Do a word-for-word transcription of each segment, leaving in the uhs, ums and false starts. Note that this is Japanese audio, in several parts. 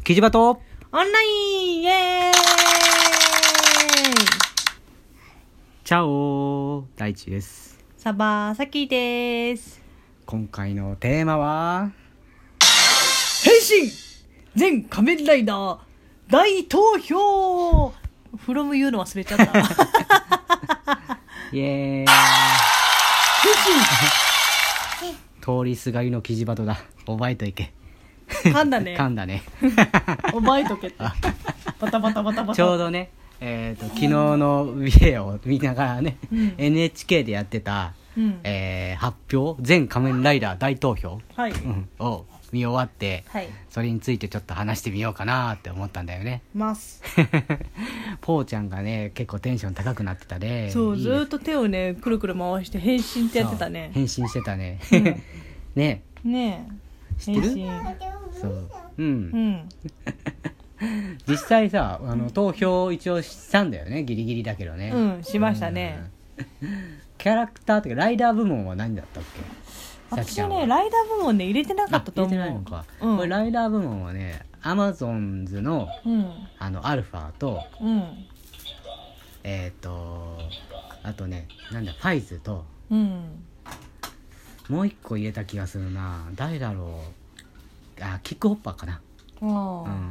キジバトオンラインイエーイ。 チャオ大地です。 サバサキです。 今回のテーマは変身全仮面ライダー大投票。フロム言うの忘れちゃったイエーイ変身通りすがりのキジバトだ。覚えといけ。 噛んだね噛んだね覚えとけってバタバタバタバタ。 ちょうどね、えーと、昨日のビデオを見ながらね、うん、エヌエイチケー でやってた、うんえー、発表全仮面ライダー大投票、はいうん、を見終わって、はい、それについてちょっと話してみようかなって思ったんだよね。 ますポーちゃんがね結構テンション高くなってたね。 そういいずーっと手をねくるくる回して変身ってやってたね。 変身してたね、うん、ねえねえ知ってる？そううん、うん実際さあの投票一応したんだよね。ギリギリだけどね。 うんしましたね、 うん、キャラクターとかライダー部門は何だったっけ？ 私はねライダー部門で入れてなかったと思う。 入れてないのか、うん、これライダー部門はねアマゾンズの、うん、あのアルファと、うん、えっ、ー、とあとねなんだファイズと、うん、もう一個入れた気がするな。誰だろう。あキックホッパーかな。あ、うん、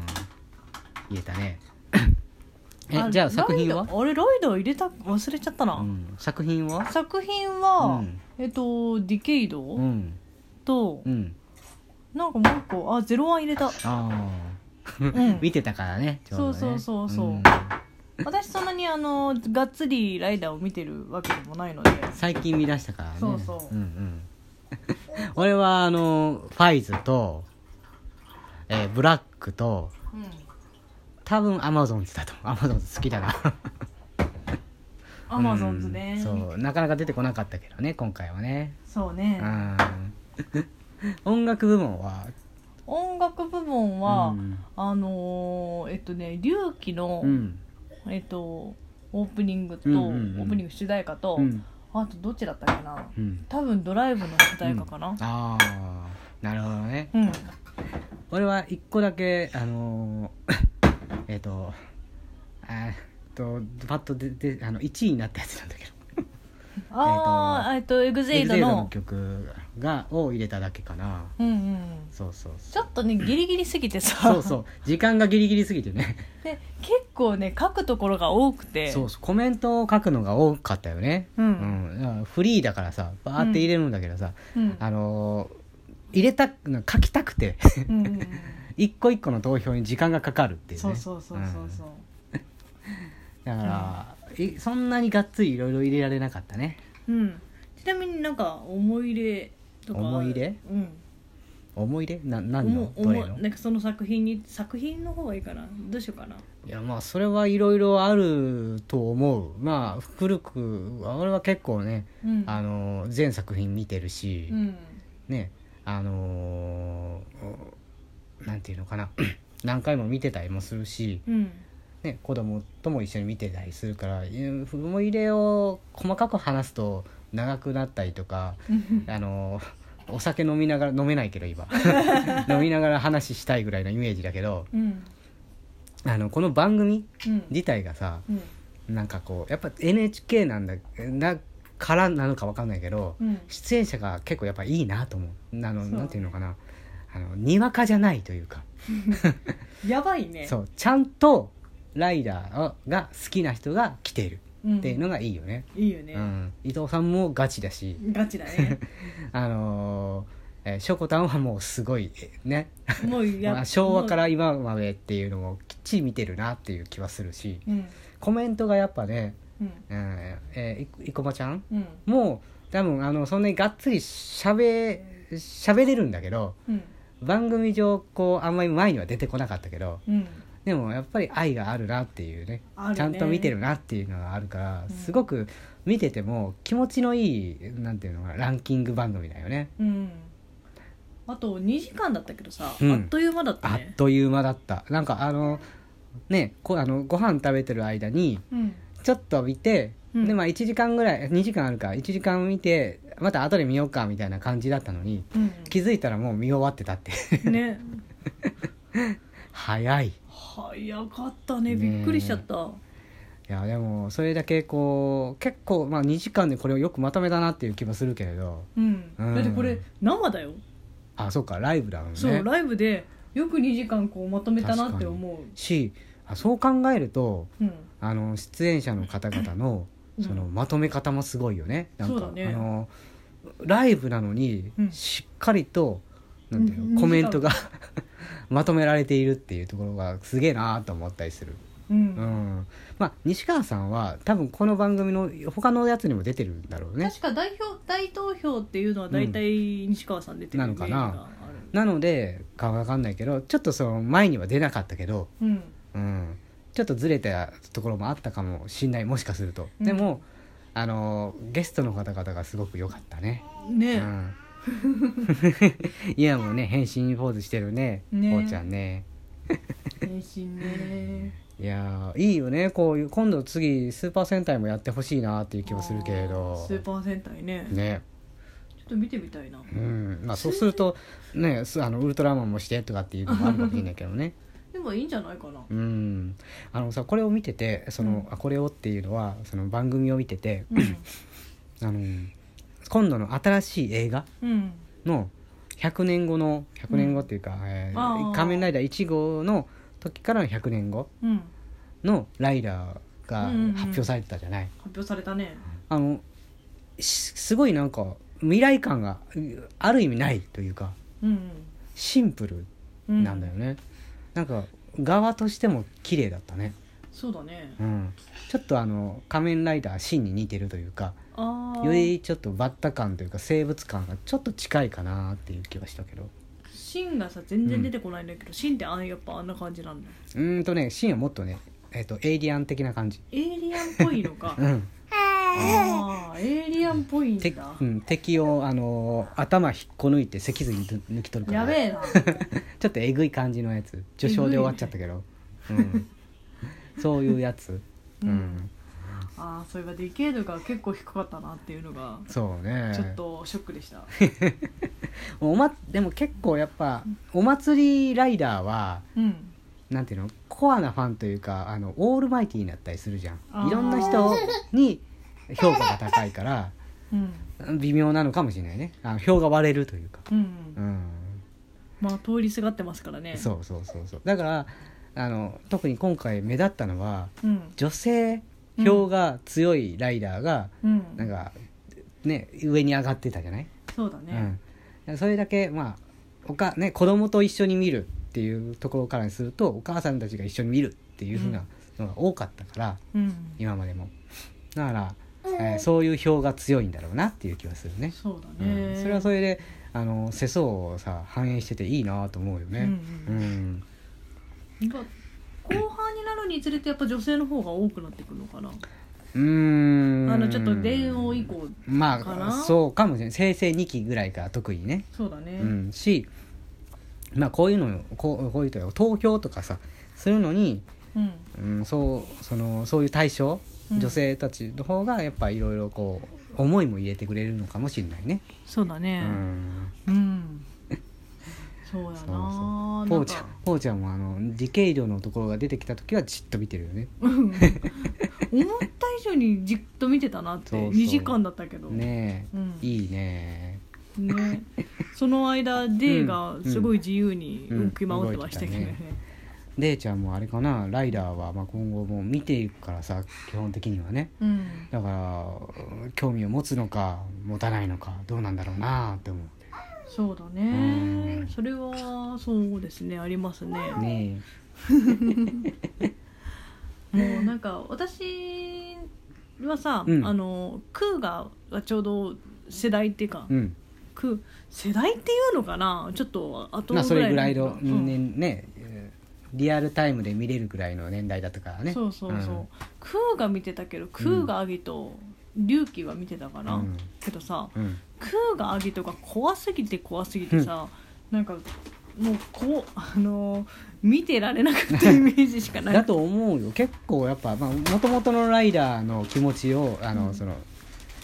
入れたねえじゃあ作品はあれライダー入れた忘れちゃったな、うん、 作品は作品は、うん、えっとディケイド、うん、と、うん、なんかもう一個あゼロワン入れた。あ、 うん、見てたからねちょうどね。 そうそうそうそう、うん、私そんなにあのがっつりライダーを見てるわけでもないので最近見出したからね。 そうそう、うんうん、 俺はあのファイズと、えー、ブラックと、うん、多分アマゾンズだと。アマゾンズ好きだなアマゾンズね、 うん、そうなかなか出てこなかったけどね今回はね。 そうね、 うん音楽部門は音楽部門は、うん、あのー、えっとね龍騎の、うん、えっとオープニングと、うんうんうん、オープニング主題歌と、うん、あとどっちだったかな、うん、多分ドライブの主題歌かな、うん、 ああなるほどね、うん、俺は一個だけあのー、えっとあとパッとでであのいちいになったやつなんだけどああえっとエグゼイド の, の曲がを入れただけかな。うんうん、そうそうそうちょっとねギリギリすぎてさそうそう時間がギリギリすぎてねで結構ね書くところが多くてそうそうコメントを書くのが多かったよね、うんうん、フリーだからさバーって入れるんだけどさ、うん、あの入れた書きたくてうん、うん、一個一個の投票に時間がかかるっていうね。 そうそうそうそうそう、 うん、だから、うん、そんなにがっつりいろいろ入れられなかったね。 うん、ちなみになんか思い入れとか思い入れ、うん、思い入れな何のどれのなんかその作品に作品の方がいいかなどうしようかな。 いやまあそれはいろいろあると思う。まあ古く俺は結構ね、うん、あの全作品見てるし、うん、ねあのー、なんていうのかな何回も見てたりもするし、うんね、子供とも一緒に見てたりするから思い入れを細かく話すと長くなったりとかあのお酒飲みながら飲めないけど今飲みながら話したいぐらいのイメージだけど、うん、あのこの番組自体がさ、うん、なんかこうやっぱ エヌエイチケー なんだだからなのか分かんないけど、うん、出演者が結構やっぱいいなと思う。あのなんていうのかなあのにわかじゃないというかやばいね。 そうちゃんとライダーが好きな人が来ているっていうのがいいよね、 うん、いいよね、 うん、伊藤さんもガチだしガチだねあのーえー、しょこたんはもうすごいねもうやまあ昭和から今までっていうのをきっちり見てるなっていう気はするし、うん、コメントがやっぱね、うんえーえー、いこまちゃん、うん、もう多分あのそんなにがっつりしゃべしゃべれるんだけど、うん、番組上こうあんまり前には出てこなかったけど、うんでもやっぱり愛があるなっていう ね, ねちゃんと見てるなっていうのがあるから、うん、すごく見てても気持ちのいいなんていうのかなランキング番組だよね、うん、 あとにじかんだったけどさ、うん、あっという間だったね。 あっという間だった。なんかあのねこあのご飯食べてる間にちょっと見て、うん、でまあいちじかんぐらいにじかんあるからいちじかん見てまた後で見ようかみたいな感じだったのに、うん、気づいたらもう見終わってたってね早い。 早かったね、びっくりしちゃった。 いやでもそれだけこう結構、まあ、にじかんでこれをよくまとめたなっていう気もするけれど、 うんうん、だってこれ生だよ。 あ、そうか、ライブだもんね。 そうライブでよくにじかんこうまとめたなって思うし、あそう考えると、うん、あの出演者の方々のそのまとめ方もすごいよね。なんかそうだね、あのライブなのにしっかりと、うん、なんていうの、コメントがまとめられているっていうところがすげえなと思ったりする。うんうん、まあ西川さんは多分この番組の他のやつにも出てるんだろうね。 確か代表大投票っていうのは大体西川さん出てる、うん、なのかな。 なのでか分かんないけど、ちょっとその前には出なかったけど、うんうん、ちょっとずれたところもあったかもしんない、もしかすると。でも、うん、あのゲストの方々がすごく良かったね。ね、うん、いやもうね変身ポーズしてるね、ね、こうちゃんね。 変身ね。 いやいいよね、こういう今度次スーパー戦隊もやってほしいなっていう気もするけれど。 スーパー戦隊ね。 ね。 ちょっと見てみたいな。 うん、まあそうするとね、あのウルトラマンもしてとかっていうのもあるかもしれないけどね。 でもいいんじゃないかな。 うん。あのさ、これを見てて、その、うん、あこれをっていうのはその番組を見てて、うん、あの今度の新しい映画のひゃくねんごのひゃくねんごっていうか、うんえー、仮面ライダーいち号の時からのひゃくねんごのライダーが発表されてたじゃない。うんうんうん、 発表されたね。 あのすごいなんか未来感がある意味ないというか、うんうん、シンプルなんだよね。うん、なんか側としても綺麗だったね。 そうだね。 うん、ちょっとあの仮面ライダーシンに似てるというか、あよりちょっとバッタ感というか生物感がちょっと近いかなっていう気はしたけど。 シンがさ全然出てこないんだけど、うん、シンってあやっぱあんな感じなんだ。 うーんとねシンはもっとね、えーと、エイリアン的な感じ。 エイリアンっぽいのか。うんああエイリアンっぽいんだ。 うん、敵を、あのー、頭引っこ抜いて脊髄抜き取るから、 ね、やべえな。 ちょっとえぐい感じのやつ、序章で終わっちゃったけど、うん、そういうやつ、うんうん、 ああそういえばディケードが結構低かったなっていうのがそうねちょっとショックでした。 お、ま、でも結構やっぱお祭りライダーは、うん、なんていうのコアなファンというかあのオールマイティーになったりするじゃん。いろんな人に評価が高いから、うん、微妙なのかもしれないね。あの票が割れるというか、うんうん、 まあ通りすがってますからね。 そうそうそうそう。だからあの特に今回目立ったのは、うん、女性票が強いライダーが、うん、なんかね上に上がってたじゃない。 そうだね、 うん、それだけまあおか、ね、子供と一緒に見るっていうところからにするとお母さんたちが一緒に見るっていう風なのが多かったから、うん、今までもだからえー、そういう票が強いんだろうなっていう気がするね。 そうだね、 うん、それはそれであの世相をさ反映してていいなと思うよね。うんうんうん、後半になるにつれてやっぱ女性の方が多くなってくるのかな。 うーんあのちょっと電王以降かな。 まあそうかもしれない。平成にきぐらいから特にね。 そうだね、 うん、しまあこういうのこうこういうと投票とかさするのに、うんうん、そうそのそういう対象女性たちの方がやっぱいろいろこう思いも入れてくれるのかもしれないね。 そうだね。うん。うん、そうやな。そうそうポーちゃん、ポーちゃんもあのディケイドのところが出てきた時はじっと見てるよね。 思った以上にじっと見てたなって。そうそうにじかんだったけど。 ねえ、うん、いいね。 ね。その間 D がすごい自由に動き回ってましたけどね。うんうんうんデイちゃんもあれかなライダーはまあ今後も見ていくからさ基本的にはね、うん、だから興味を持つのか持たないのかどうなんだろうなって思う。 そうだね、うん、それはそうですねありますね。ねえもうなんか私はさ、うん、あのクーガはちょうど世代っていうか、うん、クー世代っていうのかなちょっと後ぐらいの、まあ、 それぐらいの、うん、ねリアルタイムで見れるぐらいの年代だったからね。 そうそうそう、うん、クーが見てたけどクーがアギと龍騎は見てたかな、うん、けどさ、うん、クーがアギとか怖すぎて怖すぎてさ、うん、なんかもうこうあのー、見てられなくてイメージしかないだと思うよ。結構やっぱもともとのライダーの気持ちをあの、うん、その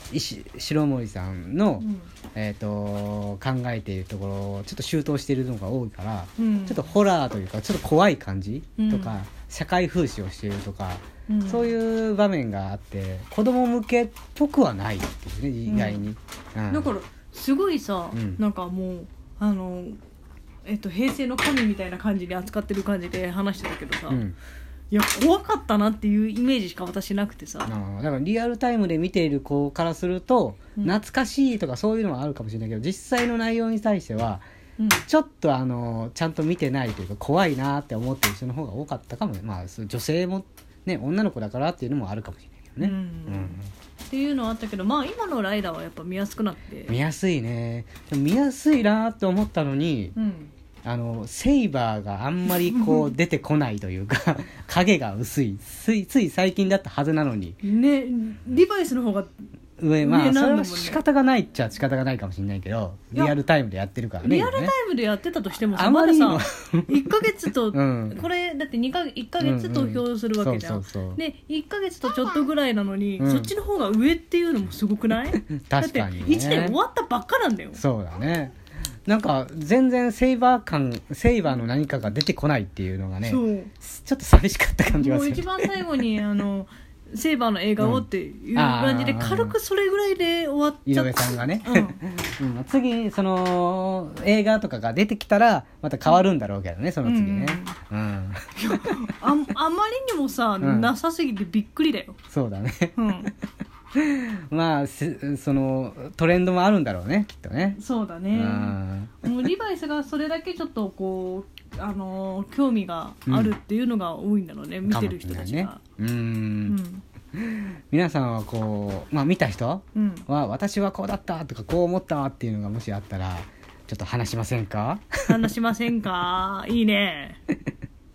石白森さんの、うんえー、と考えているところをちょっと周到しているのが多いから、うん、ちょっとホラーというかちょっと怖い感じとか、うん、社会風刺をしているとか、うん、そういう場面があって子供向けっぽくはないっていうね意外に、 うんうん、だからすごいさ、うん、なんかもうあの、えっと、平成の神みたいな感じに扱ってる感じで話してたけどさ、うんいや怖かったなっていうイメージしか私なくてさあだからリアルタイムで見ている子からすると、うん、懐かしいとかそういうのはあるかもしれないけど実際の内容に対しては、うん、ちょっとあのちゃんと見てないというか怖いなって思ってる人の方が多かったかもね、まあ、女性も、ね、女の子だからっていうのもあるかもしれないけどね、うんうん、 っていうのはあったけどまあ今のライダーはやっぱ見やすくなって見やすいねでも見やすいなって思ったのに、うんあのセイバーがあんまりこう出てこないというか影が薄いついつい最近だったはずなのにねリバイスの方が上まあそれは仕方がないっちゃ仕方がないかもしれないけどリアルタイムでやってるからねリアルタイムでやってたとしてもさまださいっかげつと、うん、これだってにかいっかげつ投票するわけじゃんでいっかげつとちょっとぐらいなのに、うん、そっちの方が上っていうのもすごくない確かに、ね、 だっていちねん終わったばっかなんだよそうだねなんか全然セイバー感セイバーの何かが出てこないっていうのがねちょっと寂しかった感じがするもう一番最後にあのセイバーの映画をっていう感じで、うん、軽くそれぐらいで終わっちゃった井上さんがね、うんうん、次その映画とかが出てきたらまた変わるんだろうけどねその次ね、うんうん、 あ, あまりにもさ、うん、なさすぎてびっくりだよそうだね、うんまあそのトレンドもあるんだろうねきっとねそうだねもうリバイスがそれだけちょっとこうあのー、興味があるっていうのが多いんだろうね、うん、見てる人たちが、ね、うん、 うん、皆さんはこう、まあ、見た人は、うん、私はこうだったとかこう思ったっていうのがもしあったらちょっと話しませんか話しませんかいいね